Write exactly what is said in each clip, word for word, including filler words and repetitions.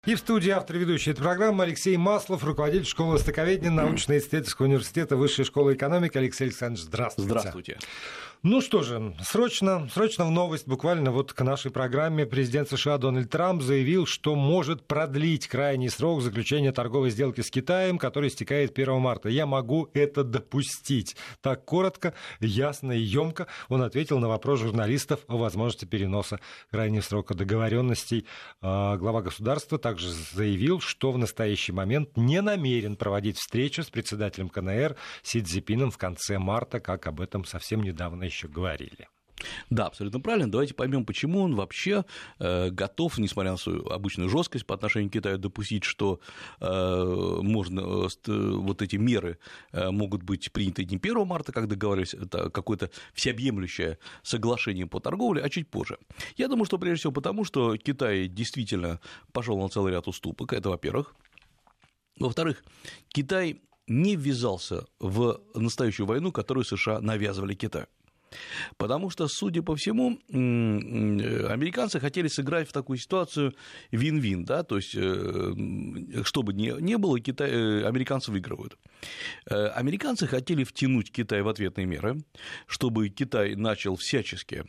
И в студии автор и ведущий этой программы Алексей Маслов, руководитель школы востоковедения научно-исследовательского университета Высшей школы экономики. Алексей Александрович, здравствуйте. Здравствуйте. Ну что же, срочно, срочно в новость, буквально вот к нашей программе. Президент США Дональд Трамп заявил, что может продлить крайний срок заключения торговой сделки с Китаем, который истекает первого марта. Я могу это допустить. Так коротко, ясно и емко он ответил на вопрос журналистов о возможности переноса крайнего срока договоренностей. Глава государства также заявил, что в настоящий момент не намерен проводить встречу с председателем ка эн эр Си Цзиньпином в конце марта, как об этом совсем недавно еще говорили. Да, абсолютно правильно. Давайте поймем, почему он вообще э, готов, несмотря на свою обычную жесткость по отношению к Китаю, допустить, что э, можно, э, вот эти меры э, могут быть приняты не первого марта, как договорились, это какое-то всеобъемлющее соглашение по торговле, а чуть позже. Я думаю, что прежде всего потому, что Китай действительно пошел на целый ряд уступок, это во-первых. Во-вторых, Китай не ввязался в настоящую войну, которую США навязывали Китаю. Потому что, судя по всему, американцы хотели сыграть в такую ситуацию вин-вин, да, то есть, что бы ни было, Китай, американцы выигрывают. Американцы хотели втянуть Китай в ответные меры, чтобы Китай начал всячески,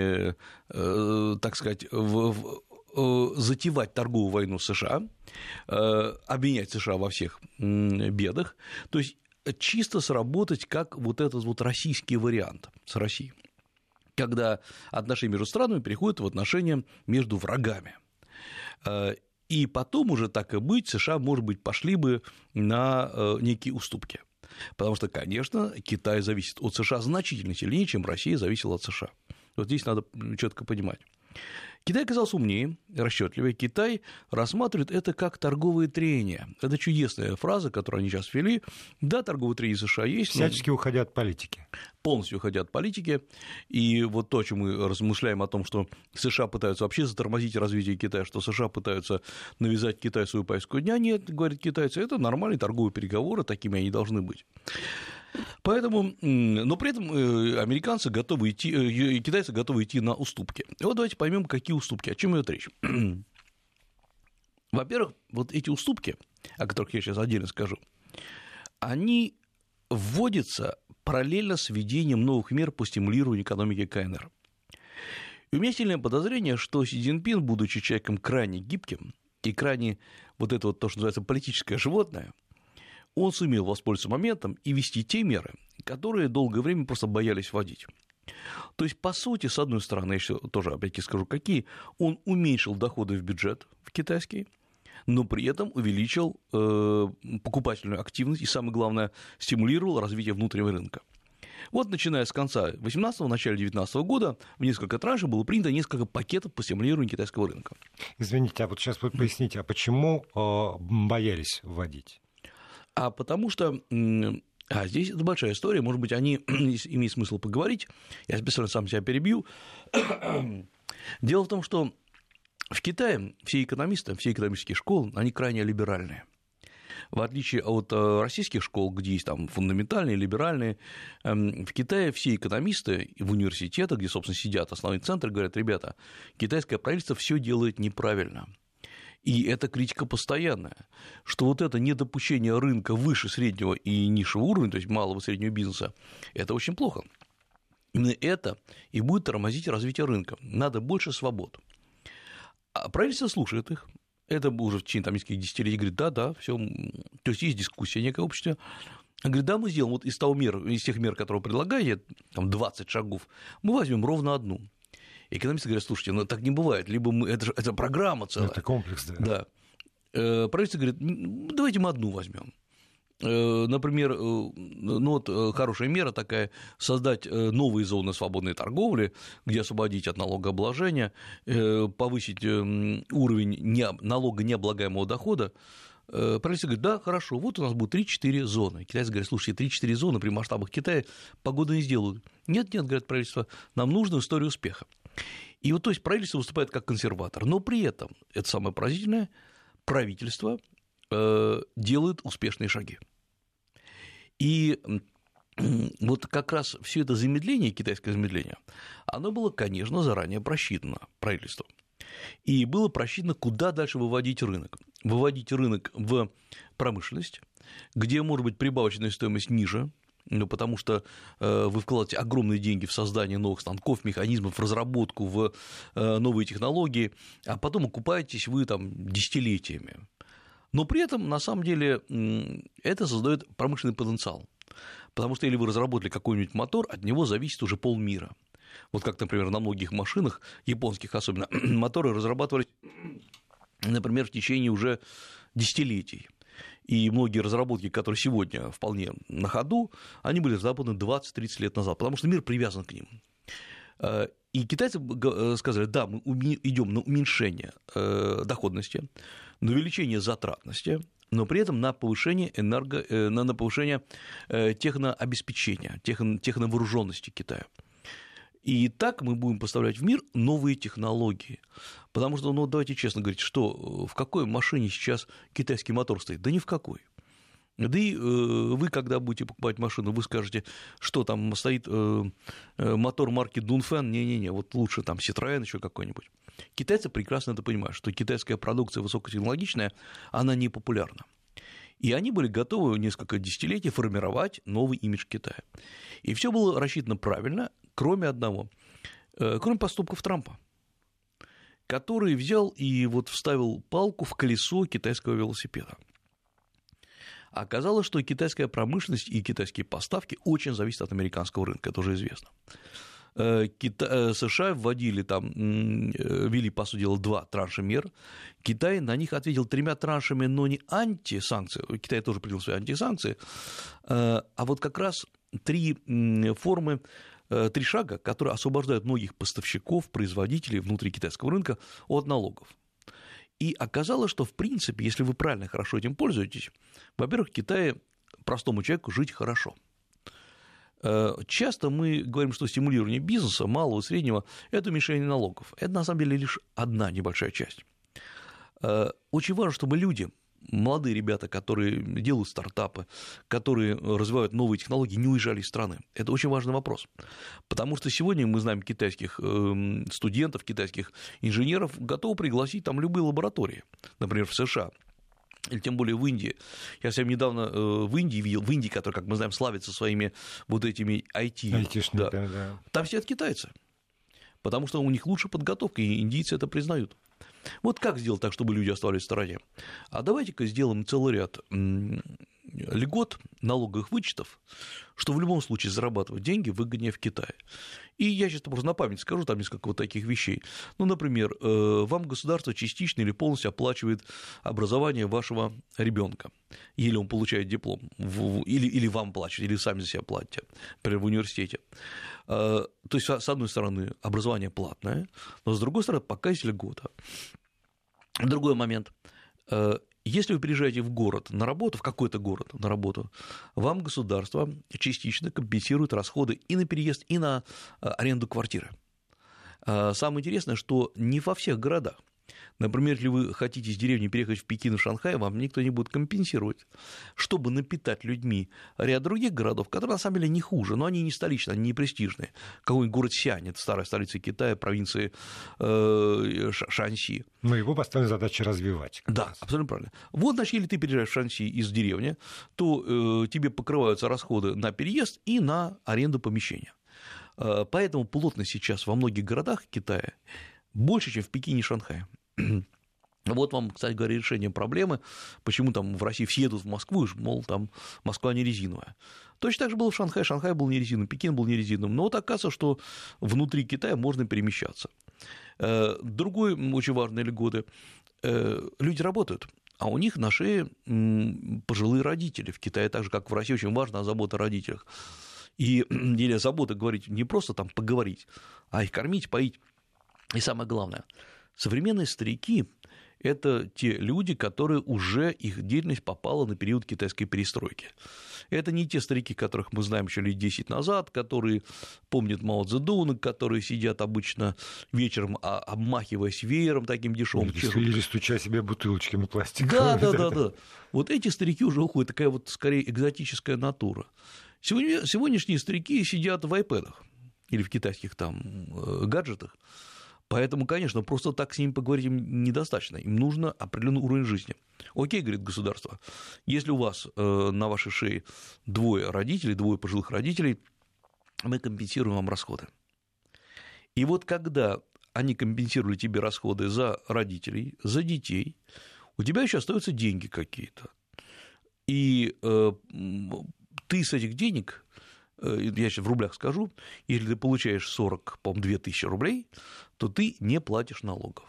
так сказать, в затевать торговую войну с США, обвинять США во всех бедах, то есть чисто сработать как вот этот вот российский вариант с Россией, когда отношения между странами переходят в отношения между врагами. И потом уже, так и быть, США, может быть, пошли бы на некие уступки. Потому что, конечно, Китай зависит от США значительно сильнее, чем Россия зависела от США. Вот здесь надо четко понимать. Китай оказался умнее, расчетливее. Китай рассматривает это как торговые трения. Это чудесная фраза, которую они сейчас ввели. Да, торговые трения США есть. Всячески уходя от политики. Полностью уходя от политики. И вот то, о чем мы размышляем, о том, что США пытаются вообще затормозить развитие Китая, что США пытаются навязать Китаю свою повестку дня. Нет, говорят китайцы, это нормальные торговые переговоры, такими они должны быть. Поэтому, но при этом американцы готовы идти, китайцы готовы идти на уступки. И вот давайте поймем, какие уступки, о чем идет речь. Во-первых, вот эти уступки, о которых я сейчас отдельно скажу, они вводятся параллельно с введением новых мер по стимулированию экономики ка эн эр. И у меня сильное подозрение, что Си Цзиньпин, будучи человеком крайне гибким и крайне вот это вот то, что называется политическое животное, он сумел воспользоваться моментом и ввести те меры, которые долгое время просто боялись вводить. То есть, по сути, с одной стороны, я еще тоже опять-таки скажу, какие, он уменьшил доходы в бюджет в китайский, но при этом увеличил э, покупательную активность и, самое главное, стимулировал развитие внутреннего рынка. Вот начиная с конца восемнадцатого, начала девятнадцатого года в несколько траншей было принято несколько пакетов по стимулированию китайского рынка. Извините, а вот сейчас вы поясните, а почему э, боялись вводить? А потому что, а здесь это большая история, может быть, они имеет смысл поговорить, я специально сам себя перебью. Дело в том, что в Китае все экономисты, все экономические школы, они крайне либеральные. В отличие от российских школ, где есть там фундаментальные, либеральные, в Китае все экономисты в университетах, где, собственно, сидят основные центры, говорят: ребята, китайское правительство все делает неправильно. И это критика постоянная, что вот это недопущение рынка выше среднего и низшего уровня, то есть малого и среднего бизнеса, это очень плохо. Именно это и будет тормозить развитие рынка. Надо больше свобод. А правительство слушает их. Это уже в течение там, нескольких десятилетий говорит: да, да, все. То есть есть дискуссия некое общество. Говорит: да, мы сделаем вот из того мер, из тех мер, которые предлагаете, там двадцать шагов, мы возьмем ровно одну. Экономисты говорят: слушайте, ну так не бывает, либо мы, это, же, это программа целая. Это комплекс, да. Да. Правительство говорит: давайте мы одну возьмем. Например, ну вот хорошая мера такая – создать новые зоны свободной торговли, где освободить от налогообложения, повысить уровень налога необлагаемого дохода. Правительство говорит: да, хорошо, вот у нас будет три-четыре зоны. Китайцы говорят: слушайте, три-четыре зоны при масштабах Китая погоду не сделают. Нет, нет, говорят правительство, нам нужна история успеха. И вот, то есть, правительство выступает как консерватор, но при этом, это самое поразительное, правительство э, делает успешные шаги. И вот как раз все это замедление, китайское замедление, оно было, конечно, заранее просчитано правительством. И было просчитано, куда дальше выводить рынок. Выводить рынок в промышленность, где может быть прибавочная стоимость ниже, ну, потому что э, вы вкладываете огромные деньги в создание новых станков, механизмов, в разработку, в э, новые технологии, а потом окупаетесь вы там десятилетиями. Но при этом, на самом деле, это создает промышленный потенциал, потому что если вы разработали какой-нибудь мотор, от него зависит уже полмира. Вот как, например, на многих машинах, японских особенно, моторы разрабатывались, например, в течение уже десятилетий. И многие разработки, которые сегодня вполне на ходу, они были разработаны двадцать-тридцать лет назад, потому что мир привязан к ним. И китайцы сказали, да, мы идем на уменьшение доходности, на увеличение затратности, но при этом на повышение, энерго... на повышение технообеспечения, техновооруженности Китая. И так мы будем поставлять в мир новые технологии. Потому что, ну, давайте честно говорить, что в какой машине сейчас китайский мотор стоит? Да ни в какой. Да и вы, когда будете покупать машину, вы скажете, что там стоит мотор марки Дунфэн, не-не-не, вот лучше там Citroёn еще какой-нибудь. Китайцы прекрасно это понимают, что китайская продукция высокотехнологичная, она не популярна. И они были готовы несколько десятилетий формировать новый имидж Китая. И все было рассчитано правильно, кроме одного, кроме поступков Трампа, который взял и вот вставил палку в колесо китайского велосипеда. Оказалось, что китайская промышленность и китайские поставки очень зависят от американского рынка, это уже известно. Кита... США вводили там, ввели, по сути дела, два транша мер. Китай на них ответил тремя траншами, но не антисанкции. Китай тоже принял свои антисанкции, а вот как раз три формы, три шага, которые освобождают многих поставщиков, производителей внутри китайского рынка от налогов. И оказалось, что, в принципе, если вы правильно, хорошо этим пользуетесь, во-первых, в Китае простому человеку жить хорошо. Часто мы говорим, что стимулирование бизнеса, малого и среднего, это уменьшение налогов. Это, на самом деле, лишь одна небольшая часть. Очень важно, чтобы люди, молодые ребята, которые делают стартапы, которые развивают новые технологии, не уезжали из страны. Это очень важный вопрос. Потому что сегодня мы знаем китайских студентов, китайских инженеров, готовы пригласить там любые лаборатории, например, в США. Или тем более в Индии. Я совсем недавно в Индии видел, в Индии, которая, как мы знаем, славится своими вот этими ай ти. Да. Да. Там сидят китайцы, потому что у них лучшая подготовка, и индийцы это признают. Вот как сделать так, чтобы люди оставались в стороне? А давайте-ка сделаем целый ряд льгот, налоговых вычетов, что в любом случае зарабатывать деньги выгоднее в Китае. И я сейчас просто на память скажу, там несколько вот таких вещей. Ну, например, вам государство частично или полностью оплачивает образование вашего ребенка, или он получает диплом, или, или вам платят, или сами за себя платите, например, в университете. То есть, с одной стороны, образование платное, но с другой стороны, пока есть льгота. Другой момент. Если вы приезжаете в город на работу, в какой-то город на работу, вам государство частично компенсирует расходы и на переезд, и на аренду квартиры. Самое интересное, что не во всех городах. Например, если вы хотите из деревни переехать в Пекин и в Шанхай, вам никто не будет компенсировать, чтобы напитать людьми ряд других городов, которые на самом деле не хуже, но они не столичные, они не престижные. Какой-нибудь город Сиань, это старая столица Китая, провинции э, Шанси. Но его поставили задача развивать. Да, раз. Абсолютно правильно. Вот, значит, если ты переезжаешь в Шанси из деревни, то э, тебе покрываются расходы на переезд и на аренду помещения. Э, поэтому плотность сейчас во многих городах Китая больше, чем в Пекине и Шанхае. Вот вам, кстати говоря, решение проблемы, почему там в России все едут в Москву, мол, там Москва не резиновая. Точно так же было в Шанхае, Шанхай был не резиновым, Пекин был не резиновым, но вот оказывается, что внутри Китая можно перемещаться. Другой очень важный льготы – люди работают, а у них на шее пожилые родители. В Китае, так же, как в России, очень важна забота о родителях. И или забота говорить не просто там поговорить, а их кормить, поить. И самое главное – современные старики – это те люди, которые уже, их деятельность попала на период китайской перестройки. Это не те старики, которых мы знаем еще лет десять назад, которые помнят Мао Цзэдуна, которые сидят обычно вечером, обмахиваясь веером таким дешевым. Или, или стуча себе бутылочками пластиковыми. Да, да, да, да. Вот эти старики уже уходят, такая вот скорее экзотическая натура. Сегодня, сегодняшние старики сидят в айпэдах или в китайских там гаджетах, Поэтому, конечно, просто так с ними поговорить им недостаточно. Им нужно определенный уровень жизни. Окей, говорит государство, если у вас э, на вашей шее двое родителей, двое пожилых родителей, мы компенсируем вам расходы. И вот когда они компенсировали тебе расходы за родителей, за детей, у тебя еще остаются деньги какие-то. И э, ты с этих денег, э, я сейчас в рублях скажу, если ты получаешь сорок, по-моему, две тысячи рублей, то ты не платишь налогов.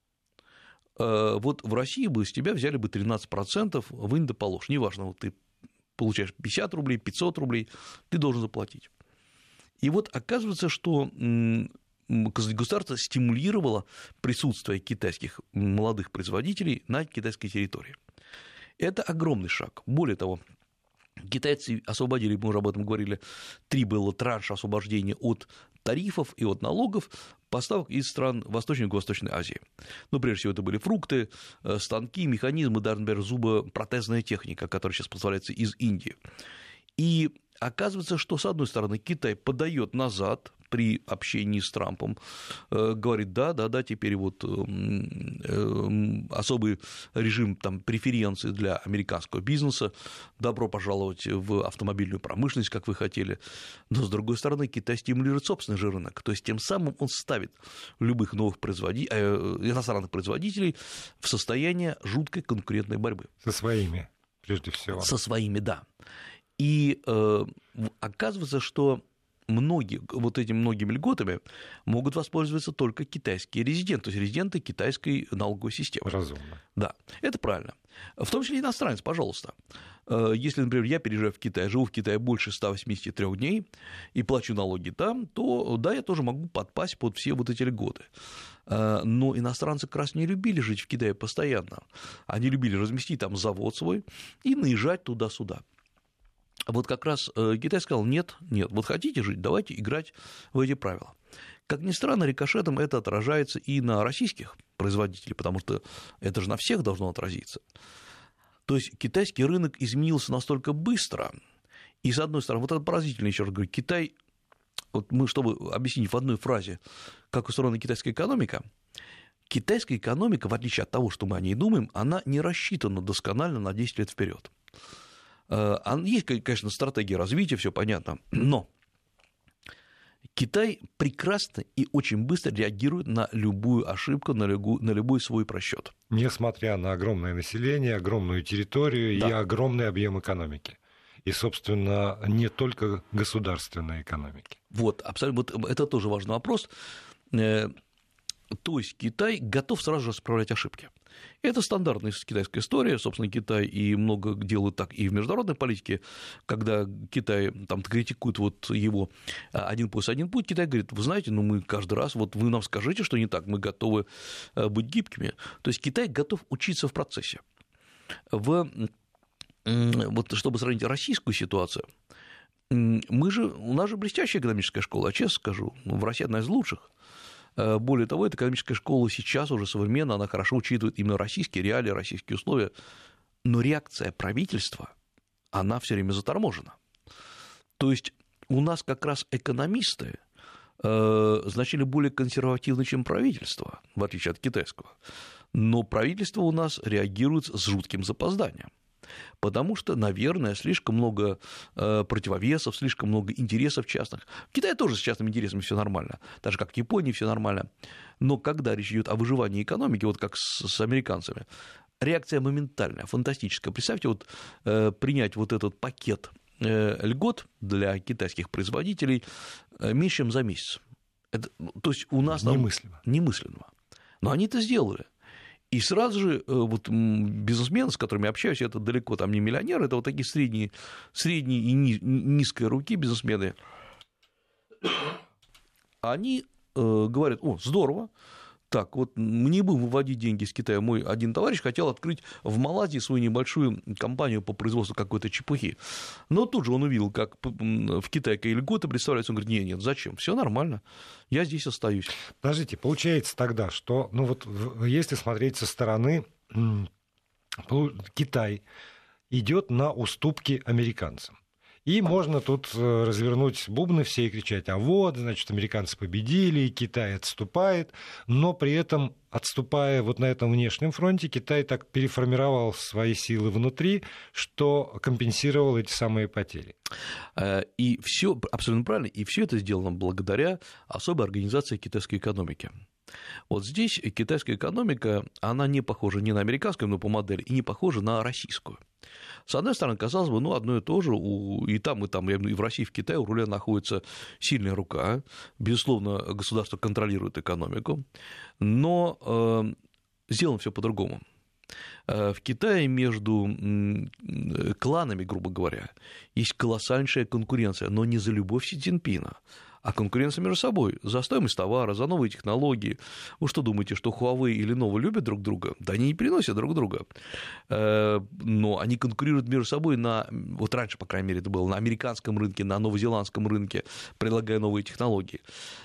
Э, вот в России бы с тебя взяли бы тринадцать процентов, вынь да положь. Неважно, вот ты получаешь пятьдесят рублей, пятьсот рублей, ты должен заплатить. И вот оказывается, что государство стимулировало присутствие китайских молодых производителей на китайской территории. Это огромный шаг. Более того, китайцы освободили, мы уже об этом говорили, три было транша освобождения от тарифов и от налогов поставок из стран Восточной и Юго-Восточной Азии. Ну, прежде всего, это были фрукты, станки, механизмы, даже, например, зубопротезная техника, которая сейчас поставляется из Индии. И оказывается, что, с одной стороны, Китай подает назад при общении с Трампом, э, говорит, да, да, да, теперь вот э, э, особый режим там, преференций для американского бизнеса, добро пожаловать в автомобильную промышленность, как вы хотели, но, с другой стороны, Китай стимулирует собственный же рынок, то есть тем самым он ставит любых новых производителей, э, иностранных производителей в состояние жуткой конкурентной борьбы. Со своими, прежде всего. Со своими, да. И э, оказывается, что многие, вот этими многими льготами могут воспользоваться только китайские резиденты, то есть резиденты китайской налоговой системы. Разумно. Да, это правильно. В том числе иностранец, пожалуйста. Если, например, я переезжаю в Китай, живу в Китае больше ста восьмидесяти трёх дней и плачу налоги там, то да, я тоже могу подпасть под все вот эти льготы. Но иностранцы как раз не любили жить в Китае постоянно. Они любили разместить там завод свой и наезжать туда-сюда. Вот как раз Китай сказал, нет, нет, вот хотите жить, давайте играть в эти правила. Как ни странно, рикошетом это отражается и на российских производителей, потому что это же на всех должно отразиться. То есть китайский рынок изменился настолько быстро, и, с одной стороны, вот это поразительно, еще раз говорю, Китай, вот мы, чтобы объяснить в одной фразе, как устроена китайская экономика, китайская экономика, в отличие от того, что мы о ней думаем, она не рассчитана досконально на десять лет вперед. Есть, конечно, стратегия развития, все понятно, но Китай прекрасно и очень быстро реагирует на любую ошибку, на любой, на любой свой просчет. Несмотря на огромное население, огромную территорию, да, и огромный объем экономики. И, собственно, не только государственной экономики. Вот, абсолютно, вот это тоже важный вопрос. То есть Китай готов сразу же исправлять ошибки. Это стандартная китайская история, собственно, Китай и много делают так и в международной политике, когда Китай там критикует вот его один пояс, один путь, Китай говорит, вы знаете, ну мы каждый раз, вот вы нам скажите, что не так, мы готовы быть гибкими. То есть Китай готов учиться в процессе. В, вот, чтобы сравнить российскую ситуацию, мы же, у нас же блестящая экономическая школа, я честно скажу, в России одна из лучших. Более того, эта экономическая школа сейчас уже современная, она хорошо учитывает именно российские реалии, российские условия, но реакция правительства, она все время заторможена. То есть у нас как раз экономисты э, значительно более консервативны, чем правительство, в отличие от китайского, но правительство у нас реагирует с жутким запозданием. Потому что, наверное, слишком много противовесов, слишком много интересов частных. В Китае тоже с частными интересами все нормально, так же, как в Японии все нормально. Но когда речь идет о выживании экономики, вот как с, с американцами, реакция моментальная, фантастическая. Представьте, вот принять вот этот пакет льгот для китайских производителей меньше, чем за месяц. Это, то есть у нас там немыслимо. немыслимо. Но они это сделали. И сразу же вот, бизнесмены, с которыми я общаюсь, это далеко там не миллионеры, это вот такие средние, средние и низкой руки бизнесмены, они э, говорят, о, здорово, так, вот мы не будем выводить деньги из Китая. Мой один товарищ хотел открыть в Малайзии свою небольшую компанию по производству какой-то чепухи. Но тут же он увидел, как в Китае какие льготы представляются. Он говорит, нет, нет, зачем? Все нормально, я здесь остаюсь. Подождите, получается тогда, что, ну вот если смотреть со стороны, Китай идет на уступки американцам. И можно тут развернуть бубны все и кричать: а вот, значит, американцы победили, и Китай отступает, но при этом, отступая вот на этом внешнем фронте, Китай так переформировал свои силы внутри, что компенсировал эти самые потери. И все абсолютно правильно, и все это сделано благодаря особой организации китайской экономики. Вот здесь китайская экономика, она не похожа ни на американскую, но по модели, и не похожа на российскую. С одной стороны, казалось бы, ну, одно и то же, и там, и там, и в России, и в Китае у руля находится сильная рука, безусловно, государство контролирует экономику, но э, сделано все по-другому. В Китае между кланами, грубо говоря, есть колоссальнейшая конкуренция, но не за любовь Си Цзиньпина, а конкуренция между собой за стоимость товара, за новые технологии. Вы что думаете, что Huawei или Lenovo любят друг друга? Да они не переносят друг друга. Но они конкурируют между собой на, вот раньше, по крайней мере, это было на американском рынке, на новозеландском рынке, предлагая новые технологии,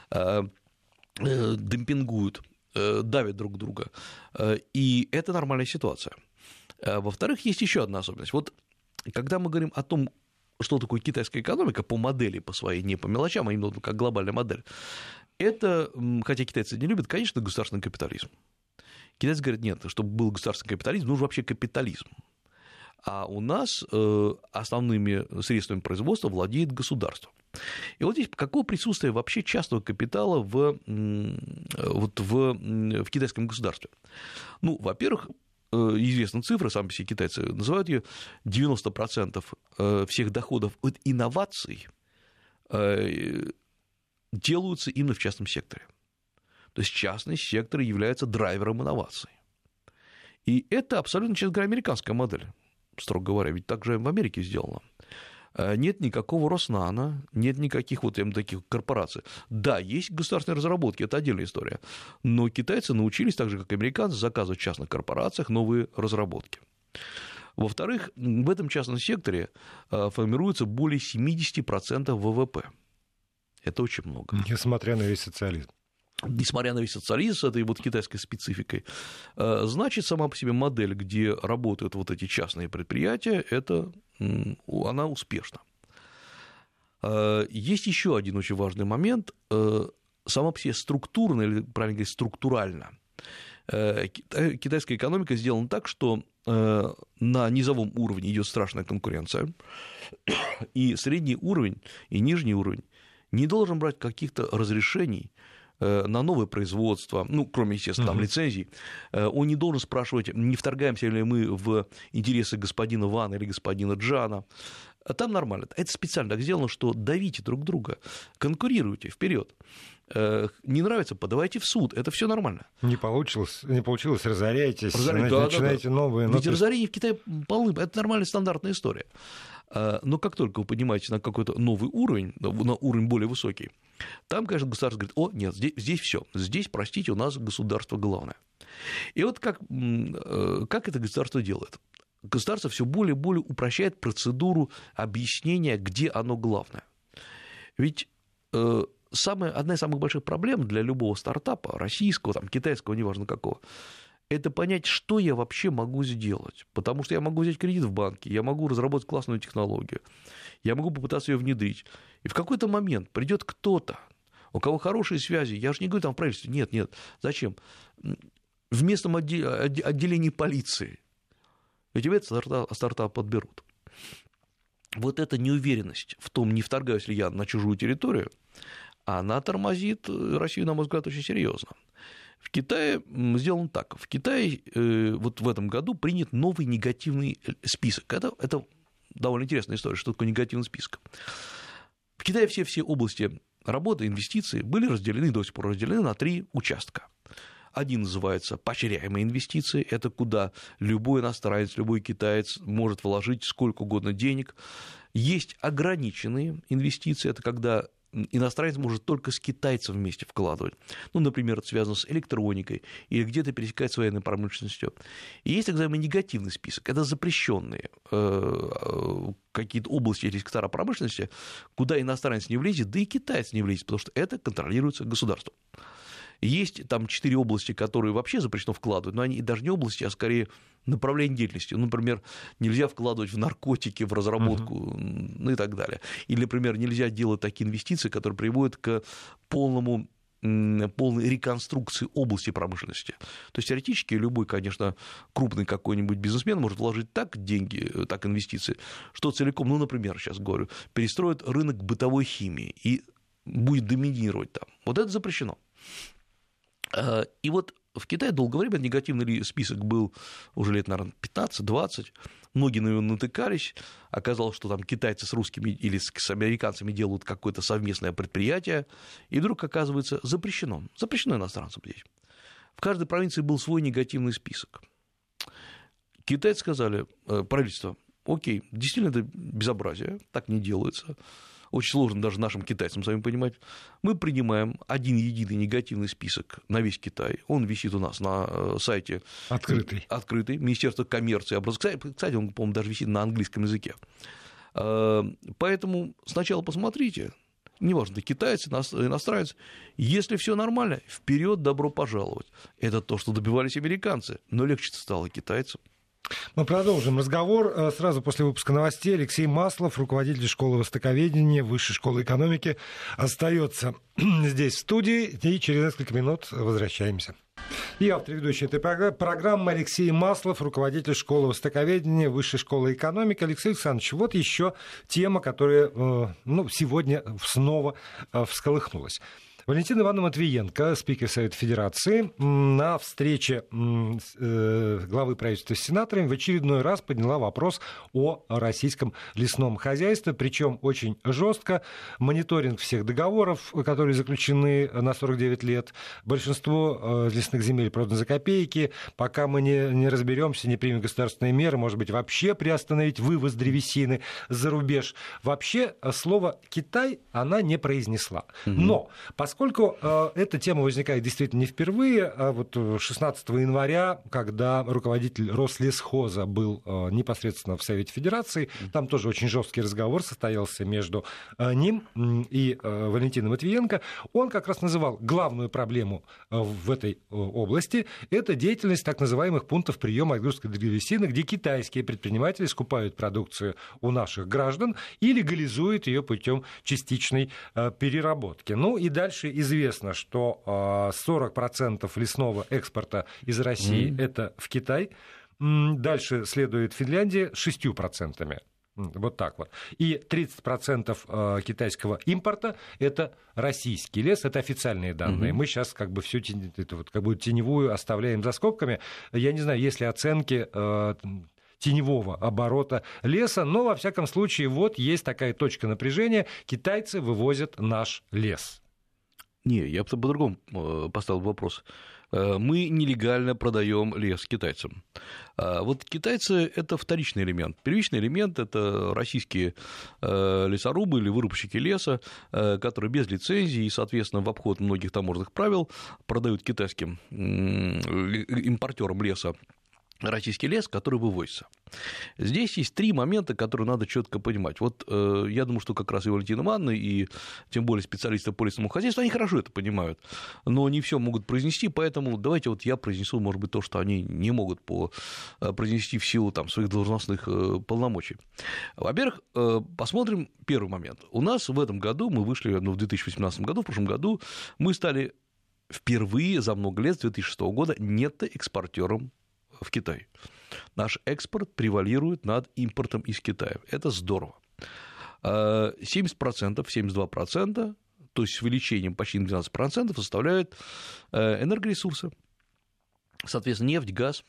демпингуют, давят друг друга. И это нормальная ситуация. Во-вторых, есть еще одна особенность. Вот когда мы говорим о том, что такое китайская экономика по модели, по своей, не по мелочам, а именно как глобальная модель, это, хотя китайцы не любят, конечно, государственный капитализм. Китайцы говорят: нет, чтобы был государственный капитализм, нужен вообще капитализм. А у нас основными средствами производства владеет государство. И вот здесь какое присутствие вообще частного капитала в, вот в, в китайском государстве? Ну, во-первых, известна цифра, сами все китайцы называют ее, девяносто процентов всех доходов от инноваций делаются именно в частном секторе. То есть частный сектор является драйвером инноваций. И это абсолютно, честно говоря, американская модель, строго говоря, ведь так же в Америке сделано. Нет никакого Роснана, нет никаких вот им таких корпораций. Да, есть государственные разработки, это отдельная история, но китайцы научились, так же, как и американцы, заказывать в частных корпорациях новые разработки. Во-вторых, в этом частном секторе формируется более семьдесят процентов вэ вэ пэ. Это очень много. Несмотря на весь социализм. Несмотря на весь социализм с этой вот китайской спецификой, значит, сама по себе модель, где работают вот эти частные предприятия, это, она успешна. Есть еще один очень важный момент, сама по себе структурно, или, правильно говорить, структурально. Китайская экономика сделана так, что на низовом уровне идет страшная конкуренция, и средний уровень и нижний уровень не должен брать каких-то разрешений на новое производство, ну, кроме, естественно, там, лицензий, он не должен спрашивать, не вторгаемся ли мы в интересы господина Вана или господина Джана. Там нормально. Это специально так сделано, что давите друг друга, конкурируйте вперед. Не нравится, подавайте в суд, это все нормально. Не получилось, не получилось, разоряйтесь, Разоряй, да, начинаете да, да. новые. Ведь разорение в Китае полны, это нормальная стандартная история. Но как только вы поднимаетесь на какой-то новый уровень, на уровень более высокий, там, конечно, государство говорит: о, нет, здесь, здесь все, здесь, простите, у нас государство главное. И вот как, как это государство делает? Государство все более и более упрощает процедуру объяснения, где оно главное. Ведь самая, одна из самых больших проблем для любого стартапа, российского, там, китайского, неважно какого, это понять, что я вообще могу сделать. Потому что я могу взять кредит в банке, я могу разработать классную технологию, я могу попытаться ее внедрить. И в какой-то момент придет кто-то, у кого хорошие связи, я же не говорю там в правительстве, нет, нет, зачем? В местном отделении полиции. И тебе этот стартап, стартап подберут. Вот эта неуверенность в том, не вторгаюсь ли я на чужую территорию, она тормозит Россию, на мой взгляд, очень серьезно. В Китае сделано так. В Китае вот в этом году принят новый негативный список. Это, это довольно интересная история, что такое негативный список. В Китае все, все области работы, инвестиций были разделены, до сих пор разделены на три участка. Один называется поощряемые инвестиции, это куда любой иностранец, любой китаец может вложить сколько угодно денег. Есть ограниченные инвестиции, это когда иностранец может только с китайцем вместе вкладывать. Ну, например, это связано с электроникой или где-то пересекается с военной промышленностью. И есть так называемый негативный список. Это запрещенные э, какие-то области или сектора промышленности, куда иностранец не влезет, да и китаец не влезет, потому что это контролируется государством. Есть там четыре области, которые вообще запрещено вкладывать, но они даже не области, а скорее направление деятельности. Ну, например, нельзя вкладывать в наркотики, в разработку, uh-huh. ну и так далее. Или, например, нельзя делать такие инвестиции, которые приводят к полному полной реконструкции области промышленности. То есть теоретически любой, конечно, крупный какой-нибудь бизнесмен может вложить так деньги, так инвестиции, что целиком, ну, например, сейчас говорю, перестроит рынок бытовой химии и будет доминировать там. Вот это запрещено. И вот в Китае долгое время негативный список был уже лет, наверное, пятнадцать-двадцать. Многие на него натыкались. Оказалось, что там китайцы с русскими или с американцами делают какое-то совместное предприятие. И вдруг оказывается запрещено. Запрещено иностранцам здесь. В каждой провинции был свой негативный список. Китайцы сказали, правительство, окей, действительно это безобразие, так не делается. Очень сложно даже нашим китайцам сами понимать. Мы принимаем один единый негативный список на весь Китай. Он висит у нас на сайте открытый, открытый Министерства коммерции и образования. Кстати, он, по-моему, даже висит на английском языке. Поэтому сначала посмотрите, неважно, китайцы, иностранцы, если все нормально, вперед, добро пожаловать. Это то, что добивались американцы, но легче стало китайцам. Мы продолжим разговор. Сразу после выпуска новостей Алексей Маслов, руководитель школы востоковедения Высшей школы экономики, остается здесь в студии, и через несколько минут возвращаемся. И автор ведущей этой программы Алексей Маслов, руководитель школы востоковедения Высшей школы экономики. Алексей Александрович, вот еще тема, которая ну, сегодня снова всколыхнулась. Валентина Ивановна Матвиенко, спикер Совета Федерации, на встрече главы правительства с сенаторами в очередной раз подняла вопрос о российском лесном хозяйстве, причем очень жестко. Мониторинг всех договоров, которые заключены на сорок девять лет. Большинство лесных земель продано за копейки. Пока мы не, не разберемся, не примем государственные меры, может быть, вообще приостановить вывоз древесины за рубеж. Вообще, слово «Китай» она не произнесла. Но, поскольку Поскольку э, эта тема возникает действительно не впервые, а вот шестнадцатого января, когда руководитель Рослесхоза был э, непосредственно в Совете Федерации, там тоже очень жесткий разговор состоялся между э, ним и э, Валентиной Матвиенко, он как раз называл главную проблему э, в этой э, области – это деятельность так называемых пунктов приема отгрузки древесины, где китайские предприниматели скупают продукцию у наших граждан и легализуют ее путем частичной э, переработки. Ну и дальше известно, что сорок процентов лесного экспорта из России mm. это в Китай. Дальше следует Финляндия с шестью процентами. Вот так вот. И тридцать процентов китайского импорта – это российский лес, это официальные данные. Mm-hmm. Мы сейчас как бы всю эту вот, как бы теневую оставляем за скобками. Я не знаю, есть ли оценки теневого оборота леса, но, во всяком случае, вот есть такая точка напряжения. Китайцы вывозят наш лес. Не, я бы по-другому поставил вопрос. Мы нелегально продаем лес китайцам. Вот китайцы – это вторичный элемент. Первичный элемент – это российские лесорубы или вырубщики леса, которые без лицензии и, соответственно, в обход многих таможенных правил продают китайским импортерам леса российский лес, который вывозится. Здесь есть три момента, которые надо четко понимать. Вот э, я думаю, что как раз и Валентина Ивановна, и тем более специалисты по лесному хозяйству, они хорошо это понимают, но не все могут произнести, поэтому давайте вот я произнесу, может быть, то, что они не могут по, произнести в силу там, своих должностных э, полномочий. Во-первых, э, посмотрим первый момент. У нас в этом году, мы вышли, ну, в две тысячи восемнадцатом году, в прошлом году, мы стали впервые за много лет, с две тысячи шестого года, нетто-экспортером в Китай. Наш экспорт превалирует над импортом из Китая. Это здорово. семьдесят процентов, семьдесят два процента, то есть с увеличением почти на двенадцать процентов составляют энергоресурсы. Соответственно, нефть, газ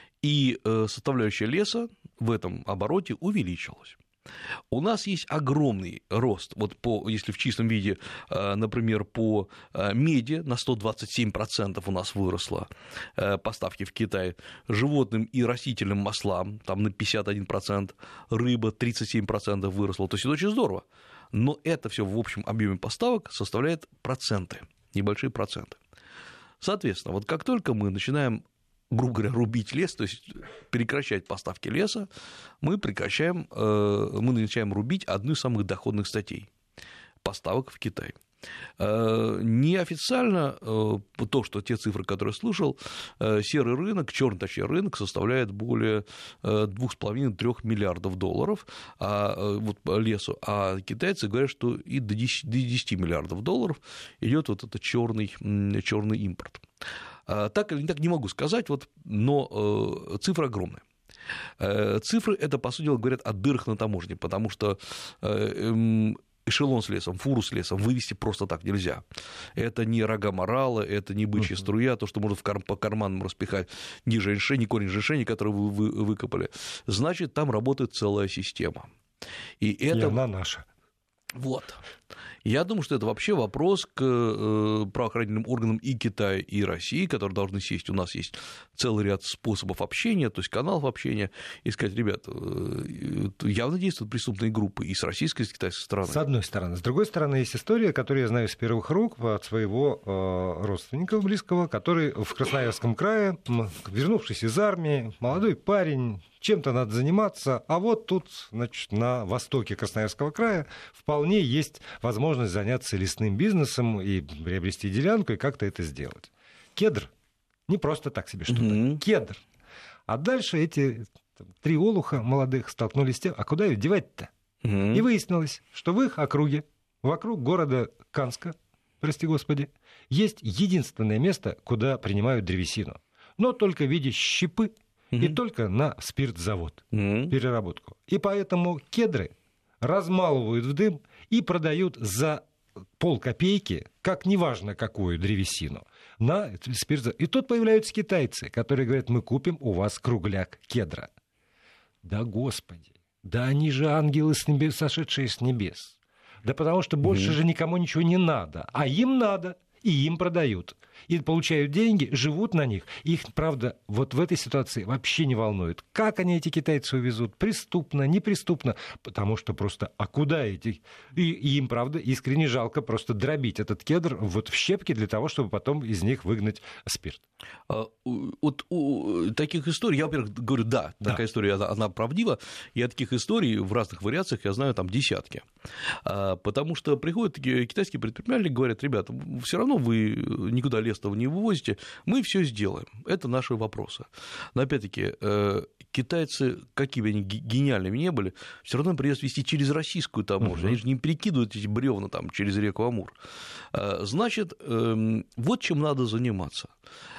и составляющая леса в этом обороте увеличилась. У нас есть огромный рост, вот по, если в чистом виде, например, по меди на сто двадцать семь процентов у нас выросло поставки в Китай, животным и растительным маслам там на пятьдесят один процент, рыба тридцать семь процентов выросла, то есть это очень здорово, но это все в общем объеме поставок составляет проценты, небольшие проценты. Соответственно, вот как только мы начинаем, грубо говоря, рубить лес, то есть прекращать поставки леса, мы прекращаем, мы начинаем рубить одну из самых доходных статей – поставок в Китай. Неофициально то, что те цифры, которые я слышал, серый рынок, черный, точнее, рынок составляет более двух с половиной — трёх миллиардов долларов а, вот, лесу, а китайцы говорят, что и до десяти миллиардов долларов идет вот этот черный, черный импорт. Так или не так, не могу сказать, вот, но цифра огромная. Цифры — это, по сути дела, говорят о дырах на таможне, потому что эшелон с лесом, фуру с лесом вывести просто так нельзя. Это не рога морала, это не бычья uh-huh. струя, то, что можно в кар- по карманам распихать, ни женьшень, ни корень женьшени, который вы, вы выкопали. Значит, там работает целая система. И это... И она наша. Вот. Я думаю, что это вообще вопрос к правоохранительным органам и Китая, и России, которые должны сесть. У нас есть целый ряд способов общения, то есть каналов общения, и сказать: ребят, явно действуют преступные группы и с российской, и с китайской стороны. С одной стороны. С другой стороны, есть история, которую я знаю с первых рук от своего родственника близкого, который в Красноярском крае, вернувшись из армии, молодой парень, чем-то надо заниматься, а вот тут, значит, на востоке Красноярского края вполне есть возможность заняться лесным бизнесом и приобрести делянку, и как-то это сделать. Кедр. Не просто так себе что-то. Mm-hmm. Кедр. А дальше эти там, три олуха молодых столкнулись с тем, а куда ее девать-то? Mm-hmm. И выяснилось, что в их округе, вокруг города Канска, прости господи, есть единственное место, куда принимают древесину. Но только в виде щепы mm-hmm. и только на спиртзавод, mm-hmm. переработку. И поэтому кедры размалывают в дым и продают за полкопейки, как неважно какую древесину, на спиртзавод. И тут появляются китайцы, которые говорят: мы купим у вас кругляк кедра. Да господи, да они же ангелы с небес, сошедшие с небес. Да потому что больше mm-hmm. же никому ничего не надо, а им надо. И им продают. И получают деньги, живут на них. Их, правда, вот в этой ситуации вообще не волнует. Как они эти китайцы увезут? Преступно, непреступно? Потому что просто, а куда эти? И, и им, правда, искренне жалко просто дробить этот кедр вот в щепки для того, чтобы потом из них выгнать спирт. А, вот у таких историй, я, во-первых, говорю, да, да. такая история, она, она правдива. И от таких историй в разных вариациях я знаю там десятки. А, потому что приходят китайские предприниматели и говорят: ребята, все равно вы никуда лес-то не вывозите, мы все сделаем. Это наши вопросы. Но опять-таки, китайцы, какими бы они гениальными не были, все равно придется вести через российскую таможню. Uh-huh. Они же не перекидывают эти бревна там через реку Амур. Значит, вот чем надо заниматься.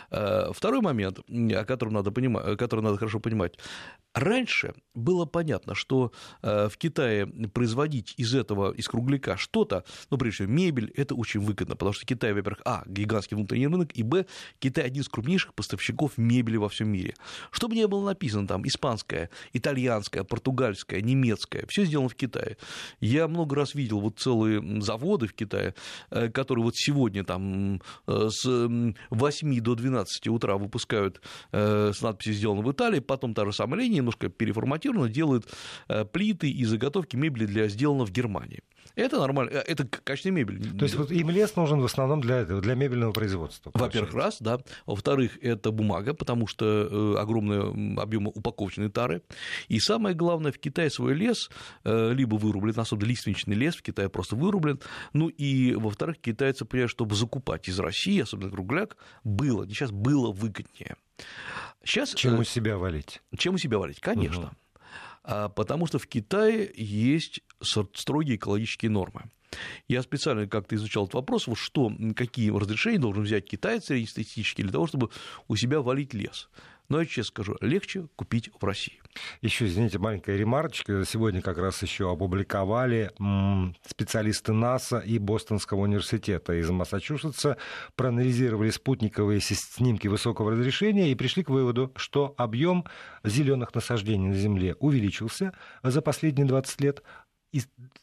Второй момент, о котором надо понимать, который надо хорошо понимать. Раньше было понятно, что в Китае производить из этого, из кругляка что-то, ну, прежде всего, мебель, это очень выгодно, потому что Китай, во-первых, а, гигантский внутренний рынок, и, б, Китай один из крупнейших поставщиков мебели во всем мире. Что бы ни было написано там, испанская, итальянская, португальская, немецкая, все сделано в Китае. Я много раз видел вот целые заводы в Китае, которые вот сегодня там с восьми до двенадцати утра выпускают с надписью «Сделано в Италии», потом та же самая линия, немножко переформатировано, делают плиты и заготовки мебели для «Сделано в Германии». Это нормально, это качественная мебель. То есть вот им лес нужен в основном для этого, для мебельного производства? Во-первых, раз, да. Во-вторых, это бумага, потому что огромные объемы упаковочной тары. И самое главное, в Китае свой лес либо вырублен, особенно лиственничный лес в Китае просто вырублен. Ну и, во-вторых, китайцы понимают, чтобы закупать из России, особенно кругляк, было, не сейчас, было выгоднее. Сейчас, чем у себя валить? Чем у себя валить, конечно. Угу. Потому что в Китае есть строгие экологические нормы. Я специально как-то изучал этот вопрос, вот что, какие разрешения должен взять китаец среднестатистический для того, чтобы у себя валить лес. Но я честно скажу, легче купить в России. Еще, извините, маленькая ремарочка. Сегодня как раз еще опубликовали специалисты НАСА и Бостонского университета из Массачусетса, проанализировали спутниковые снимки высокого разрешения и пришли к выводу, что объем зеленых насаждений на Земле увеличился за последние двадцать лет. И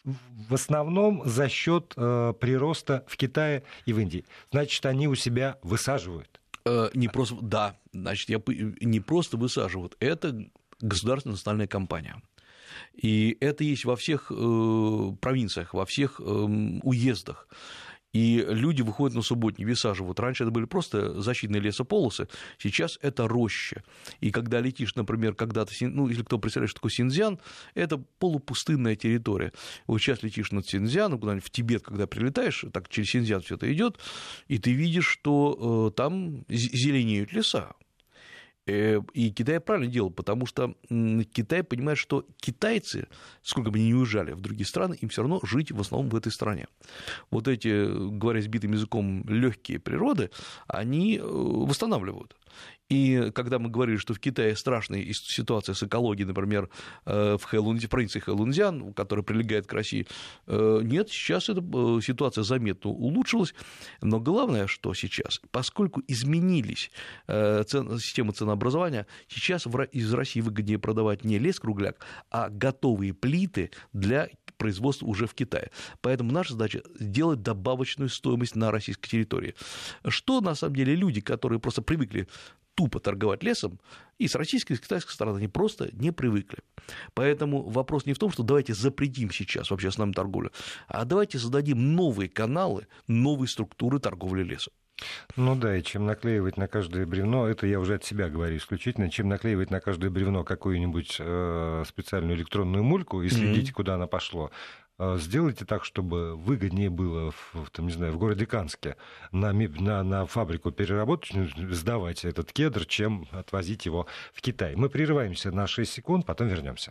в основном за счет э, прироста в Китае и в Индии. Значит, они у себя высаживают. Не просто, да, значит, я, не просто высаживают, это государственная национальная компания. И это есть во всех э, провинциях, во всех э, уездах. И люди выходят на субботники, высаживают. Раньше это были просто защитные лесополосы, сейчас это роща. И когда летишь, например, когда-то, ну, если кто представляет, что такое Синьцзян, это полупустынная территория. Вот сейчас летишь над Синьцзяном, куда-нибудь в Тибет, когда прилетаешь, так через Синьцзян все это идет, и ты видишь, что э, там зеленеют леса. И Китай правильно делал, потому что Китай понимает, что китайцы, сколько бы они ни уезжали в другие страны, им все равно жить в основном в этой стране. Вот эти, говоря сбитым языком, легкие природы, они восстанавливают. И когда мы говорили, что в Китае страшная ситуация с экологией, например, в, Хэлунцзян, в провинции Хэлунцзян, которая прилегает к России, нет, сейчас эта ситуация заметно улучшилась. Но главное, что сейчас, поскольку изменились цен, системы ценообразования, сейчас из России выгоднее продавать не лес-кругляк, а готовые плиты для производства уже в Китае. Поэтому наша задача сделать добавочную стоимость на российской территории. Что, на самом деле, люди, которые просто привыкли тупо торговать лесом, и с российской, и с китайской стороны они просто не привыкли. Поэтому вопрос не в том, что давайте запретим сейчас вообще с нами торговлю, а давайте зададим новые каналы, новые структуры торговли лесом. Ну да, и чем наклеивать на каждое бревно, это я уже от себя говорю исключительно, чем наклеивать на каждое бревно какую-нибудь э, специальную электронную мульку и следить, mm-hmm. куда она пошло. Сделайте так, чтобы выгоднее было в, там, не знаю, в городе Канске на, на, на фабрику переработочную сдавать этот кедр, чем отвозить его в Китай. Мы прерываемся на шесть секунд, потом вернемся.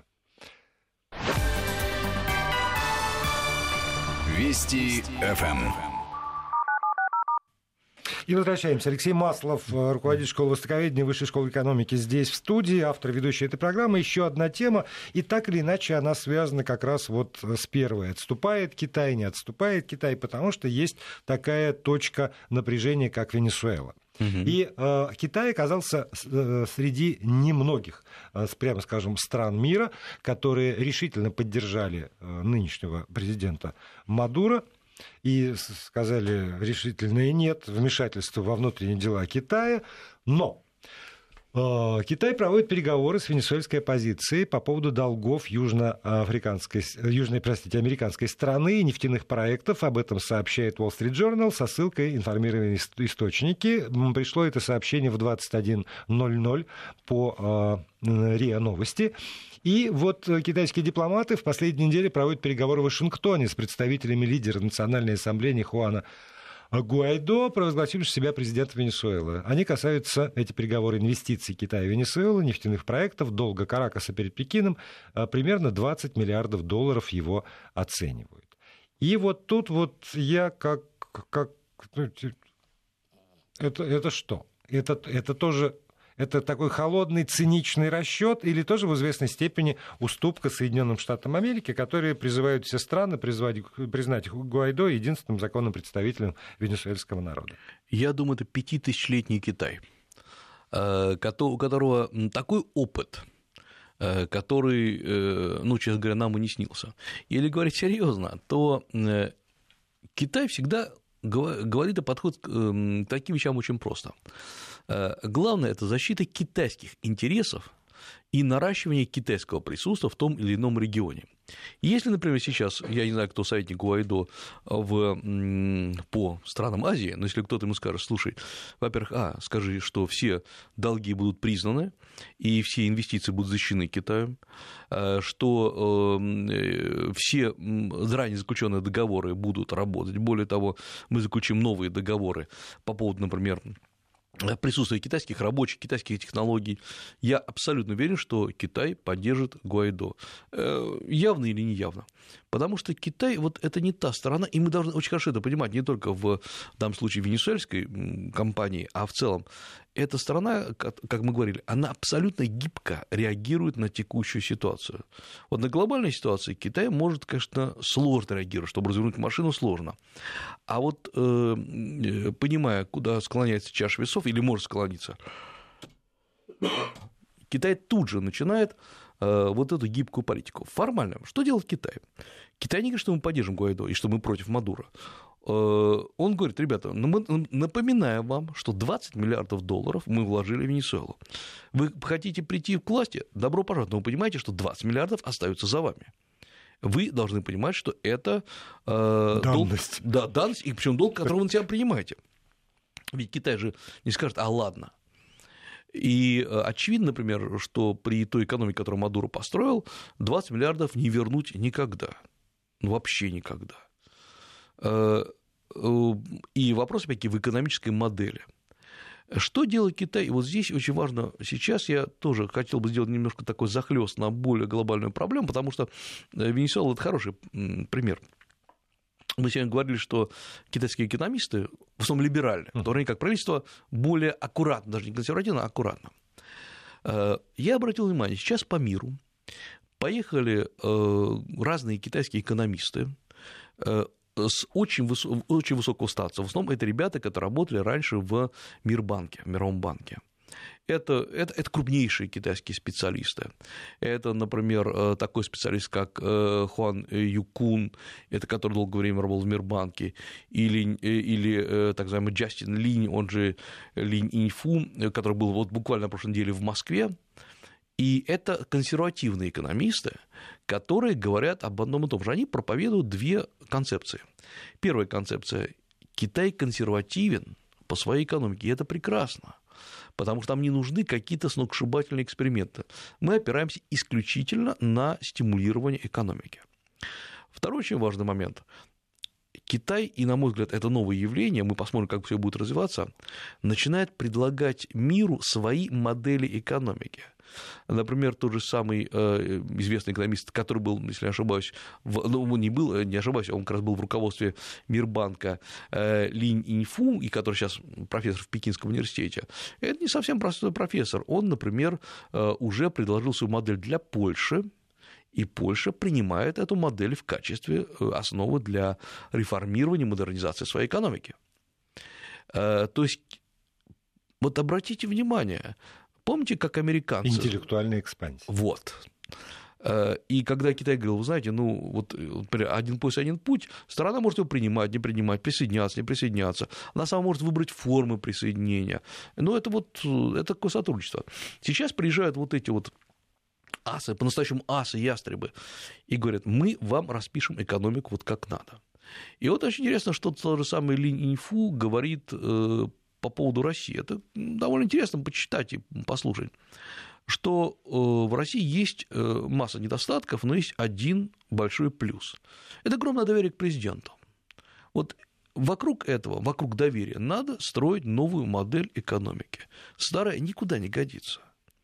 Вести эф эм. И возвращаемся. Алексей Маслов, руководитель школы востоковедения Высшей школы экономики, здесь в студии, автор, ведущий этой программы. Еще одна тема, и так или иначе она связана как раз вот с первой. Отступает Китай, не отступает Китай, потому что есть такая точка напряжения, как Венесуэла. Угу. И э, Китай оказался э, среди немногих, э, прямо скажем, стран мира, которые решительно поддержали э, нынешнего президента Мадуро, и сказали решительное нет вмешательству во внутренние дела Китая, но э, Китай проводит переговоры с венесуэльской оппозицией по поводу долгов южноафриканской, южной, простите, американской страны и нефтяных проектов. Об этом сообщает Wall Street Journal со ссылкой информированные источники. Пришло это сообщение в двадцать один ноль ноль по э, РИА Новости. И вот китайские дипломаты в последние недели проводят переговоры в Вашингтоне с представителями лидера Национальной ассамблеи Хуана Гуайдо, провозгласившего себя президентом Венесуэлы. Они касаются, эти переговоры, инвестиций Китая в Венесуэлу, нефтяных проектов, долга Каракаса перед Пекином, примерно двадцать миллиардов долларов его оценивают. И вот тут вот я как... как это, это что? Это, это тоже... Это такой холодный, циничный расчет или тоже в известной степени уступка Соединенным Штатам Америки, которые призывают все страны призвать, признать Гуайдо единственным законным представителем венесуэльского народа? Я думаю, это пятитысячелетний Китай, у которого такой опыт, который, ну, честно говоря, нам и не снился. Если говорить серьезно, то Китай всегда говорит о подходе к таким вещам очень просто. Главное – это защита китайских интересов и наращивание китайского присутствия в том или ином регионе. Если, например, сейчас, я не знаю, кто советник Гуайдо в, по странам Азии, но если кто-то ему скажет, слушай, во-первых, а, скажи, что все долги будут признаны, и все инвестиции будут защищены Китаем, что э, все заранее заключенные договоры будут работать, более того, мы заключим новые договоры по поводу, например, присутствие китайских рабочих, китайских технологий, я абсолютно уверен, что Китай поддержит Гуайдо. Явно или не явно. Потому что Китай, вот это не та сторона, и мы должны очень хорошо это понимать, не только в данном случае венесуэльской компании, а в целом. Эта страна, как мы говорили, она абсолютно гибко реагирует на текущую ситуацию. Вот на глобальной ситуации Китай может, конечно, сложно реагировать, чтобы развернуть машину сложно. А вот э, понимая, куда склоняется чаша весов, или может склониться, Китай тут же начинает э, вот эту гибкую политику. Формально, что делает Китай? Китай не говорит, что мы поддержим Гуайдо и что мы против Мадуро. Он говорит, ребята, ну мы напоминаем вам, что двадцать миллиардов долларов мы вложили в Венесуэлу. Вы хотите прийти к власти? Добро пожаловать. Но вы понимаете, что двадцать миллиардов остаются за вами. вы должны понимать, что это э, данность. Долг, да, данность, и причем долг, который вы на себя принимаете. Ведь Китай же не скажет, а ладно. И очевидно, например, что при той экономике, которую Мадуро построил, двадцать миллиардов не вернуть никогда. Ну, вообще никогда. И вопрос, опять-таки, в экономической модели. Что делает Китай? И вот здесь очень важно, сейчас я тоже хотел бы сделать немножко такой захлёст на более глобальную проблему, потому что Венесуэла – это хороший пример. Мы сегодня говорили, что китайские экономисты, в основном либеральные, в то время как правительство более аккуратно, даже не консервативно, а аккуратно. Я обратил внимание, сейчас по миру поехали разные китайские экономисты с очень, выс... очень высокого статуса. В основном это ребята, которые работали раньше в Мирбанке, в Мировом банке. Это, это, это крупнейшие китайские специалисты. Это, например, такой специалист, как Хуан Юкун, это который долгое время работал в Мирбанке, или, или так называемый Джастин Линь, он же Линь Иньфу, который был вот буквально на прошлой неделе в Москве. И это консервативные экономисты, которые говорят об одном и том же. Они проповедуют две концепции. Первая концепция – Китай консервативен по своей экономике, и это прекрасно, потому что нам не нужны какие-то сногсшибательные эксперименты. Мы опираемся исключительно на стимулирование экономики. Второй очень важный момент. Китай, и, на мой взгляд, это новое явление, мы посмотрим, как все будет развиваться, начинает предлагать миру свои модели экономики. Например, тот же самый известный экономист, который был, если не ошибаюсь, в, ну, он не был, не ошибаюсь, он как раз был в руководстве Мирбанка, Линь Иньфу, и который сейчас профессор в Пекинском университете, это не совсем простой профессор. Он, например, уже предложил свою модель для Польши, и Польша принимает эту модель в качестве основы для реформирования, модернизации своей экономики. То есть, вот обратите внимание, помните, как американцы... Интеллектуальная экспансия. Вот. И когда Китай говорил, вы знаете, ну, вот, например, один пояс, один путь, страна может его принимать, не принимать, присоединяться, не присоединяться. Она сама может выбрать формы присоединения. Но это вот это такое сотрудничество. Сейчас приезжают вот эти вот асы, по-настоящему асы, ястребы, и говорят, мы вам распишем экономику вот как надо. И вот очень интересно, что тот же самый Линь Иньфу говорит по поводу России. Это довольно интересно почитать и послушать, что в России есть масса недостатков, но есть один большой плюс. Это огромное доверие к президенту. Вот вокруг этого, вокруг доверия надо строить новую модель экономики. Старая никуда не годится.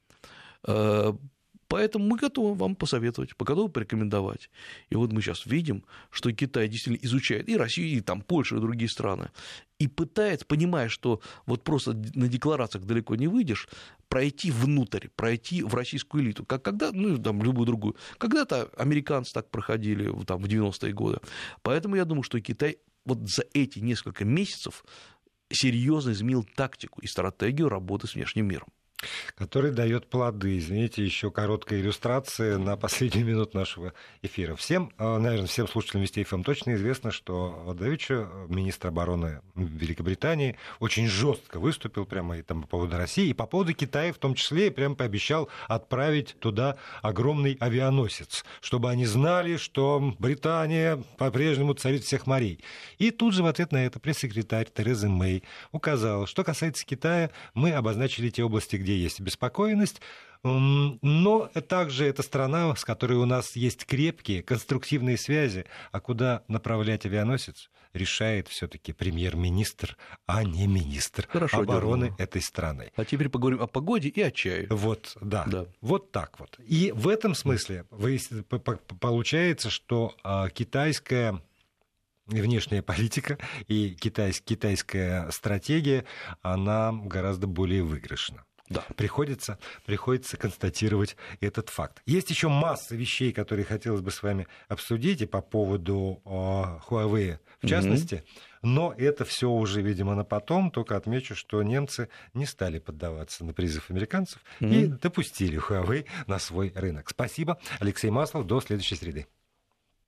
Поэтому мы готовы вам посоветовать, готовы порекомендовать. И вот мы сейчас видим, что Китай действительно изучает и Россию, и там Польшу, и другие страны, и пытается, понимая, что вот просто на декларациях далеко не выйдешь, пройти внутрь, пройти в российскую элиту, как когда, ну, там, любую другую. Когда-то американцы так проходили там, в девяностые годы. Поэтому я думаю, что Китай вот за эти несколько месяцев серьезно изменил тактику и стратегию работы с внешним миром. Который дает плоды. Извините, еще короткая иллюстрация на последнюю минуту нашего эфира. Всем, наверное, всем слушателям Вести эф эм точно известно, что давеча министр обороны Великобритании очень жестко выступил прямо и там по поводу России, и по поводу Китая в том числе, и прямо пообещал отправить туда огромный авианосец, чтобы они знали, что Британия по-прежнему царит всех морей. И тут же в ответ на это пресс-секретарь Тереза Мэй указала, что касается Китая, мы обозначили те области, где есть беспокоенность, но также это страна, с которой у нас есть крепкие конструктивные связи, а куда направлять авианосец, решает все-таки премьер-министр, а не министр Хорошо, обороны дернуло. Этой страны. А теперь поговорим о погоде и о чае. Вот, да, да. Вот так вот. И в этом смысле получается, что китайская внешняя политика и китайская стратегия, она гораздо более выигрышна. Да. Приходится, приходится констатировать этот факт. Есть еще масса вещей, которые хотелось бы с вами обсудить и по поводу э, Huawei в частности, mm-hmm. но это все уже, видимо, на потом. Только отмечу, что немцы не стали поддаваться на призыв американцев mm-hmm. и допустили Huawei на свой рынок. Спасибо. Алексей Маслов. До следующей среды.